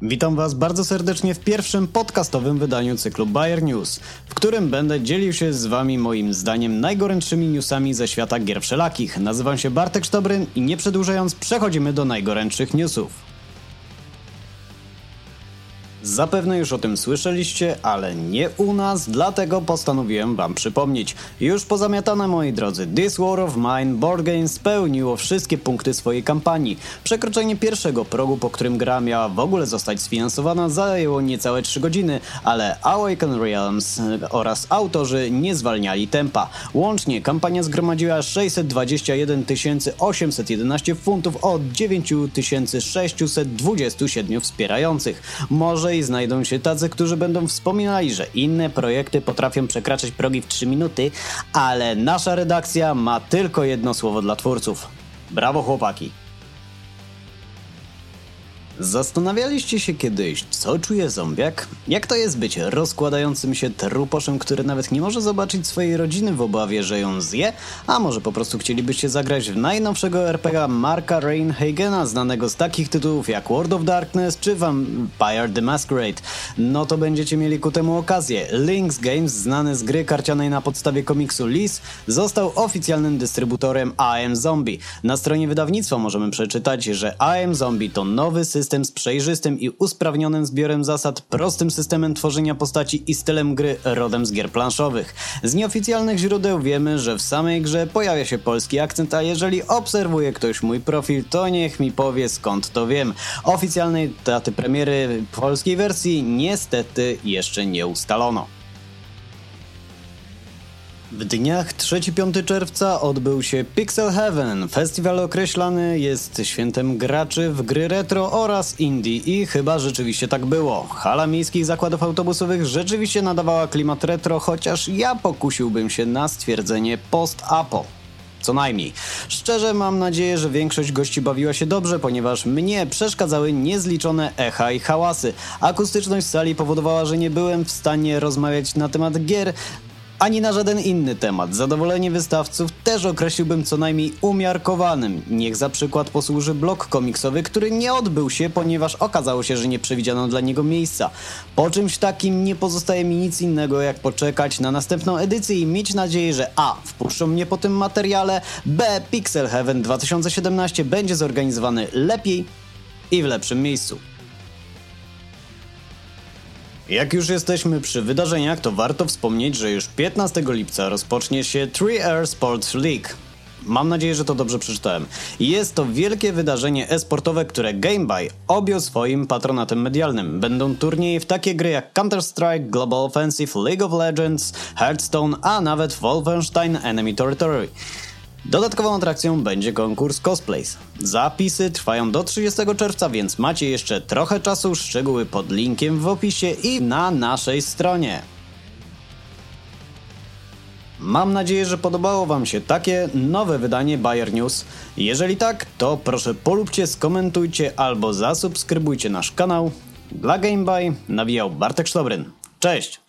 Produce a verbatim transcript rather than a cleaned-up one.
Witam Was bardzo serdecznie w pierwszym podcastowym wydaniu cyklu Bayer News, w którym będę dzielił się z Wami moim zdaniem najgorętszymi newsami ze świata gier wszelakich. Nazywam się Bartek Sztobryn i nie przedłużając przechodzimy do najgorętszych newsów. Zapewne już o tym słyszeliście, ale nie u nas, dlatego postanowiłem Wam przypomnieć. Już pozamiatane, moi drodzy, This War of Mine Board Game spełniło wszystkie punkty swojej kampanii. Przekroczenie pierwszego progu, po którym gra miała w ogóle zostać sfinansowana, zajęło niecałe trzy godziny, ale Awaken Realms oraz autorzy nie zwalniali tempa. Łącznie kampania zgromadziła sześćset dwadzieścia jeden tysięcy osiemset jedenaście funtów od dziewięć tysięcy sześćset dwadzieścia siedem wspierających. Może i znajdą się tacy, którzy będą wspominali, że inne projekty potrafią przekraczać progi w trzy minuty, ale nasza redakcja ma tylko jedno słowo dla twórców. Brawo, chłopaki! Zastanawialiście się kiedyś, co czuje zombiak? Jak to jest być rozkładającym się truposzem, który nawet nie może zobaczyć swojej rodziny w obawie, że ją zje? A może po prostu chcielibyście zagrać w najnowszego er pe gie Marka Rein-Hagena, znanego z takich tytułów jak World of Darkness czy Vampire the Masquerade? No to będziecie mieli ku temu okazję. Lynx Games, znany z gry karcianej na podstawie komiksu Liz, został oficjalnym dystrybutorem I Am Zombie. Na stronie wydawnictwa możemy przeczytać, że I Am Zombie to nowy system z przejrzystym i usprawnionym zbiorem zasad, prostym systemem tworzenia postaci i stylem gry rodem z gier planszowych. Z nieoficjalnych źródeł wiemy, że w samej grze pojawia się polski akcent, a jeżeli obserwuje ktoś mój profil, to niech mi powie, skąd to wiem. Oficjalnej daty premiery polskiej wersji niestety jeszcze nie ustalono. W dniach trzeciego piątego czerwca odbył się Pixel Heaven. Festiwal określany jest świętem graczy w gry retro oraz indie i chyba rzeczywiście tak było. Hala miejskich zakładów autobusowych rzeczywiście nadawała klimat retro, chociaż ja pokusiłbym się na stwierdzenie post-apo. Co najmniej. Szczerze mam nadzieję, że większość gości bawiła się dobrze, ponieważ mnie przeszkadzały niezliczone echa i hałasy. Akustyczność sali powodowała, że nie byłem w stanie rozmawiać na temat gier, ani na żaden inny temat. Zadowolenie wystawców też określiłbym co najmniej umiarkowanym. Niech za przykład posłuży blok komiksowy, który nie odbył się, ponieważ okazało się, że nie przewidziano dla niego miejsca. Po czymś takim nie pozostaje mi nic innego, jak poczekać na następną edycję i mieć nadzieję, że a. wpuszczą mnie po tym materiale, b. Pixel Heaven dwa tysiące siedemnaście będzie zorganizowany lepiej i w lepszym miejscu. Jak już jesteśmy przy wydarzeniach, to warto wspomnieć, że już piętnastego lipca rozpocznie się three R Sports League. Mam nadzieję, że to dobrze przeczytałem. Jest to wielkie wydarzenie e-sportowe, które Gameby objął swoim patronatem medialnym. Będą turnieje w takie gry jak Counter-Strike, Global Offensive, League of Legends, Hearthstone, a nawet Wolfenstein Enemy Territory. Dodatkową atrakcją będzie konkurs Cosplays. Zapisy trwają do trzydziestego czerwca, więc macie jeszcze trochę czasu, szczegóły pod linkiem w opisie i na naszej stronie. Mam nadzieję, że podobało Wam się takie nowe wydanie Bayer News. Jeżeli tak, to proszę polubcie, skomentujcie albo zasubskrybujcie nasz kanał. Dla Gameby nawijał Bartek Sztobryn. Cześć!